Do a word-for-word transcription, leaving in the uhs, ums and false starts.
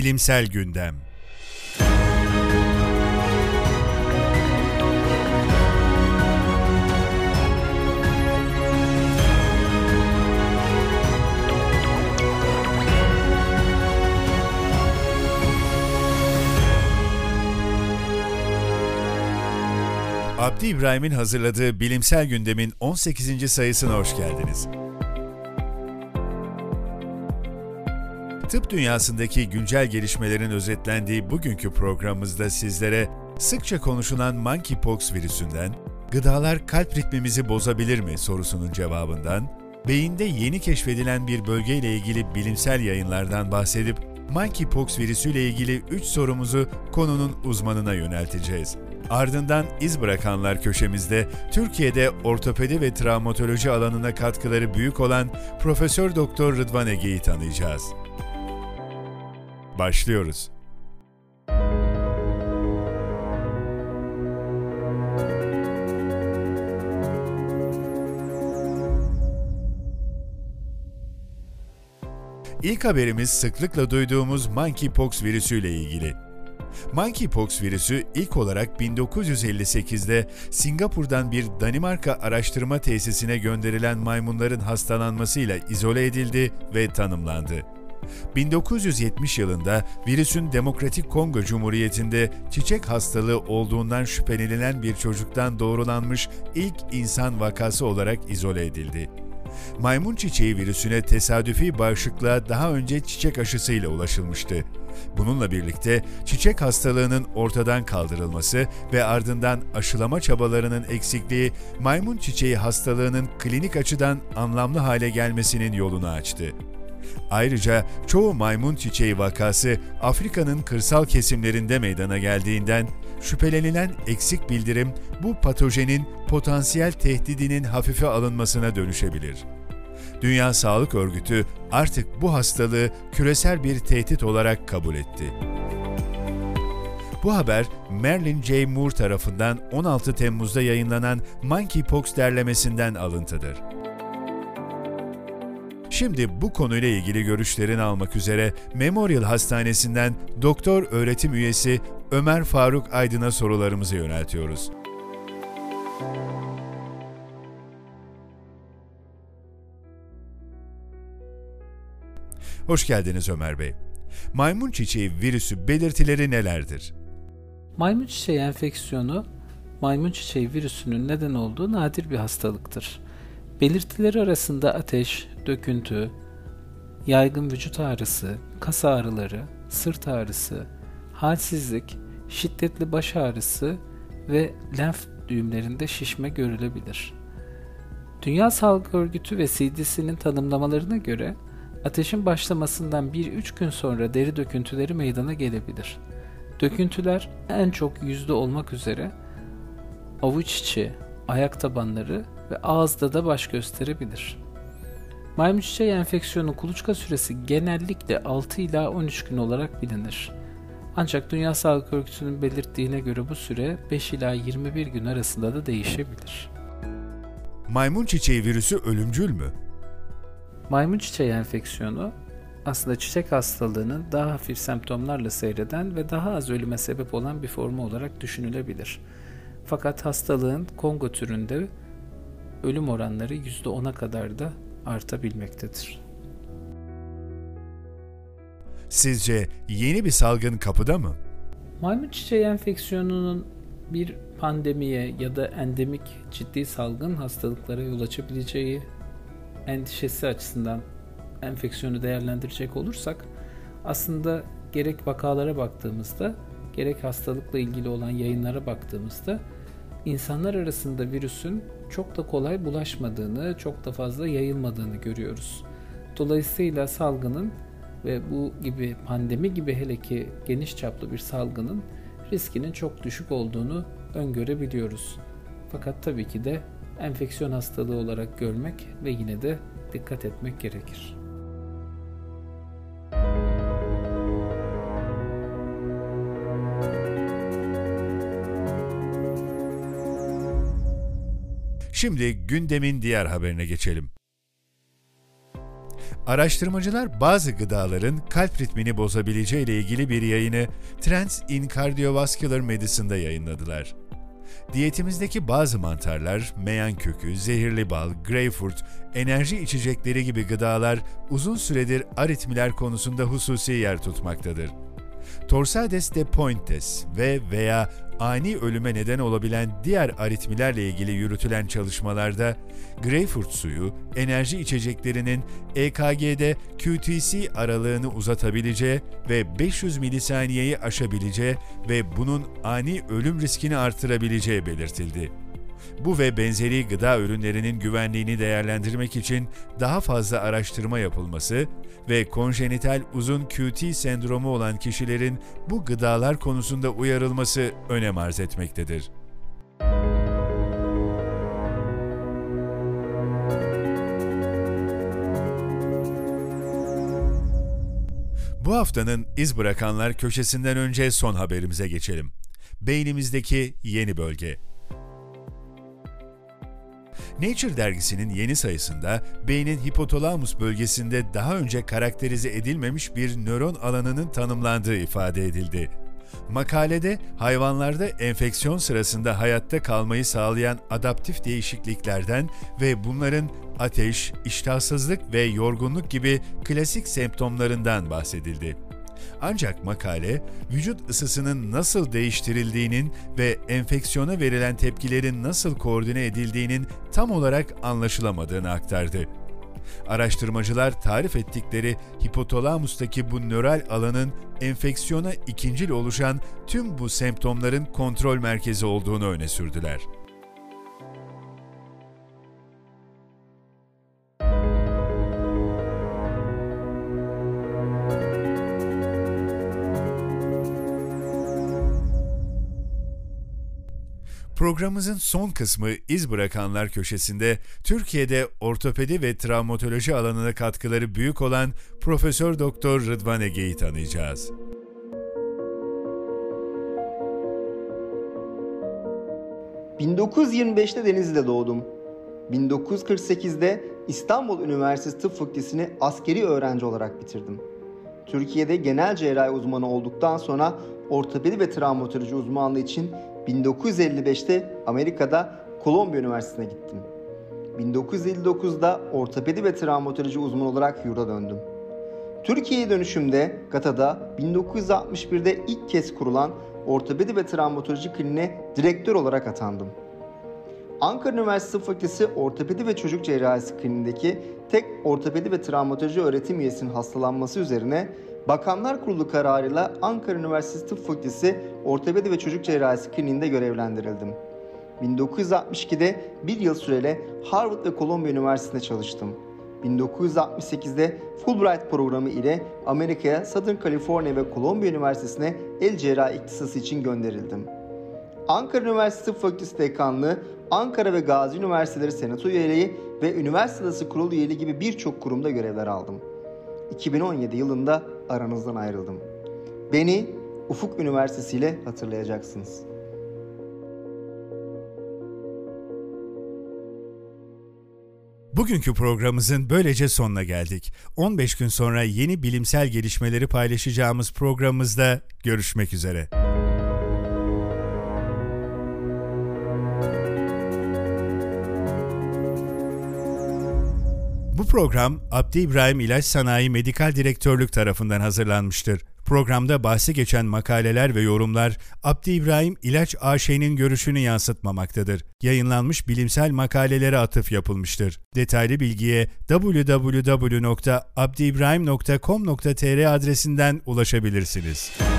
Bilimsel Gündem. Abdi İbrahim'in hazırladığı Bilimsel Gündem'in on sekizinci sayısına hoş geldiniz. Tıp dünyasındaki güncel gelişmelerin özetlendiği bugünkü programımızda sizlere sıkça konuşulan monkeypox virüsünden, gıdalar kalp ritmimizi bozabilir mi sorusunun cevabından, beyinde yeni keşfedilen bir bölgeyle ilgili bilimsel yayınlardan bahsedip monkeypox virüsüyle ilgili üç sorumuzu konunun uzmanına yönelteceğiz. Ardından iz bırakanlar köşemizde Türkiye'de ortopedi ve travmatoloji alanına katkıları büyük olan Profesör Doktor Rıdvan Ege'yi tanıyacağız. Başlıyoruz. İlk haberimiz sıklıkla duyduğumuz monkeypox virüsüyle ilgili. Monkeypox virüsü ilk olarak bin dokuz yüz elli sekizde Singapur'dan bir Danimarka araştırma tesisine gönderilen maymunların hastalanmasıyla izole edildi ve tanımlandı. bin dokuz yüz yetmiş yılında virüsün Demokratik Kongo Cumhuriyeti'nde çiçek hastalığı olduğundan şüphelenilen bir çocuktan doğrulanmış ilk insan vakası olarak izole edildi. Maymun çiçeği virüsüne tesadüfi bağışıklığa daha önce çiçek aşısıyla ulaşılmıştı. Bununla birlikte çiçek hastalığının ortadan kaldırılması ve ardından aşılama çabalarının eksikliği maymun çiçeği hastalığının klinik açıdan anlamlı hale gelmesinin yolunu açtı. Ayrıca çoğu maymun çiçeği vakası Afrika'nın kırsal kesimlerinde meydana geldiğinden şüphelenilen eksik bildirim bu patojenin potansiyel tehdidinin hafife alınmasına dönüşebilir. Dünya Sağlık Örgütü artık bu hastalığı küresel bir tehdit olarak kabul etti. Bu haber Merlin J. Moore tarafından on altı Temmuz'da yayınlanan Monkeypox derlemesinden alıntıdır. Şimdi bu konuyla ilgili görüşlerini almak üzere Memorial Hastanesi'nden doktor öğretim üyesi Ömer Faruk Aydın'a sorularımızı yöneltiyoruz. Hoş geldiniz Ömer Bey. Maymun çiçeği virüsü belirtileri nelerdir? Maymun çiçeği enfeksiyonu, maymun çiçeği virüsünün neden olduğu nadir bir hastalıktır. Belirtileri arasında ateş, döküntü, yaygın vücut ağrısı, kas ağrıları, sırt ağrısı, halsizlik, şiddetli baş ağrısı ve lenf düğümlerinde şişme görülebilir. Dünya Sağlık Örgütü ve C D C'nin tanımlamalarına göre ateşin başlamasından bir üç gün sonra deri döküntüleri meydana gelebilir. Döküntüler en çok yüzde olmak üzere avuç içi, ayak tabanları ve ağızda da baş gösterebilir. Maymun çiçeği enfeksiyonu kuluçka süresi genellikle altı ila on üç gün olarak bilinir. Ancak Dünya Sağlık Örgütü'nün belirttiğine göre bu süre beş ila yirmi bir gün arasında da değişebilir. Maymun çiçeği virüsü ölümcül mü? Maymun çiçeği enfeksiyonu aslında çiçek hastalığının daha hafif semptomlarla seyreden ve daha az ölüme sebep olan bir formu olarak düşünülebilir. Fakat hastalığın Kongo türünde ölüm oranları yüzde ona kadar da artabilmektedir. Sizce yeni bir salgın kapıda mı? Maymun çiçeği enfeksiyonunun bir pandemiye ya da endemik ciddi salgın hastalıklara yol açabileceği endişesi açısından enfeksiyonu değerlendirecek olursak aslında gerek vakalara baktığımızda gerek hastalıkla ilgili olan yayınlara baktığımızda insanlar arasında virüsün çok da kolay bulaşmadığını, çok da fazla yayılmadığını görüyoruz. Dolayısıyla salgının ve bu gibi pandemi gibi hele ki geniş çaplı bir salgının riskinin çok düşük olduğunu öngörebiliyoruz. Fakat tabii ki de enfeksiyon hastalığı olarak görmek ve yine de dikkat etmek gerekir. Şimdi gündemin diğer haberine geçelim. Araştırmacılar bazı gıdaların kalp ritmini bozabileceği ile ilgili bir yayını Trends in Cardiovascular Medicine'da yayınladılar. Diyetimizdeki bazı mantarlar, meyan kökü, zehirli bal, greyfurt, enerji içecekleri gibi gıdalar uzun süredir aritmiler konusunda hususi yer tutmaktadır. Torsades de Pointes ve veya ani ölüme neden olabilen diğer aritmilerle ilgili yürütülen çalışmalarda, greyfurt suyu, enerji içeceklerinin E K G'de Q T C aralığını uzatabileceği ve beş yüz milisaniyeyi aşabileceği ve bunun ani ölüm riskini artırabileceği belirtildi. Bu ve benzeri gıda ürünlerinin güvenliğini değerlendirmek için daha fazla araştırma yapılması ve konjenital uzun Q T sendromu olan kişilerin bu gıdalar konusunda uyarılması önem arz etmektedir. Bu haftanın iz bırakanlar köşesinden önce son haberimize geçelim. Beynimizdeki yeni bölge. Nature dergisinin yeni sayısında beynin hipotalamus bölgesinde daha önce karakterize edilmemiş bir nöron alanının tanımlandığı ifade edildi. Makalede hayvanlarda enfeksiyon sırasında hayatta kalmayı sağlayan adaptif değişikliklerden ve bunların ateş, iştahsızlık ve yorgunluk gibi klasik semptomlarından bahsedildi. Ancak makale, vücut ısısının nasıl değiştirildiğinin ve enfeksiyona verilen tepkilerin nasıl koordine edildiğinin tam olarak anlaşılamadığını aktardı. Araştırmacılar tarif ettikleri hipotalamustaki bu nöral alanın enfeksiyona ikincil oluşan tüm bu semptomların kontrol merkezi olduğunu öne sürdüler. Programımızın son kısmı iz bırakanlar köşesinde Türkiye'de ortopedi ve travmatoloji alanına katkıları büyük olan Profesör Doktor Rıdvan Ege'yi tanıyacağız. bin dokuz yüz yirmi beşte Denizli'de doğdum. bin dokuz yüz kırk sekizde İstanbul Üniversitesi Tıp Fakültesini askeri öğrenci olarak bitirdim. Türkiye'de genel cerrahi uzmanı olduktan sonra ortopedi ve travmatoloji uzmanlığı için bin dokuz yüz elli beşte Amerika'da Kolombiya Üniversitesi'ne gittim. bin dokuz yüz elli dokuzda ortopedi ve travmatoloji uzmanı olarak yurda döndüm. Türkiye'ye dönüşümde Gata'da bin dokuz yüz altmış birde ilk kez kurulan ortopedi ve travmatoloji kliniğine direktör olarak atandım. Ankara Üniversitesi Tıp Fakültesi Ortopedi ve Çocuk Cerrahisi Kliniğindeki tek ortopedi ve travmatoloji öğretim üyesinin hastalanması üzerine Bakanlar Kurulu kararıyla Ankara Üniversitesi Tıp Fakültesi Ortopedi ve Çocuk Cerrahisi Kliniğinde görevlendirildim. bin dokuz yüz altmış ikide bir yıl süreyle Harvard ve Kolombiya Üniversitesi'nde çalıştım. bin dokuz yüz altmış sekizde Fulbright programı ile Amerika'ya Southern California ve Kolombiya Üniversitesi'ne el cerrahi ihtisası için gönderildim. Ankara Üniversitesi Tıp Fakültesi Dekanlığı, Ankara ve Gazi Üniversiteleri Senato üyeliği ve Üniversite Odası Kurulu üyeliği gibi birçok kurumda görevler aldım. iki bin on yedi yılında aranızdan ayrıldım. Beni Ufuk Üniversitesi ile hatırlayacaksınız. Bugünkü programımızın böylece sonuna geldik. on beş gün sonra yeni bilimsel gelişmeleri paylaşacağımız programımızda görüşmek üzere. Bu program Abdi İbrahim İlaç Sanayi Medikal Direktörlük tarafından hazırlanmıştır. Programda bahsi geçen makaleler ve yorumlar Abdi İbrahim İlaç A Ş'nin görüşünü yansıtmamaktadır. Yayınlanmış bilimsel makalelere atıf yapılmıştır. Detaylı bilgiye double-u double-u double-u nokta abdiibrahim nokta com nokta tr adresinden ulaşabilirsiniz.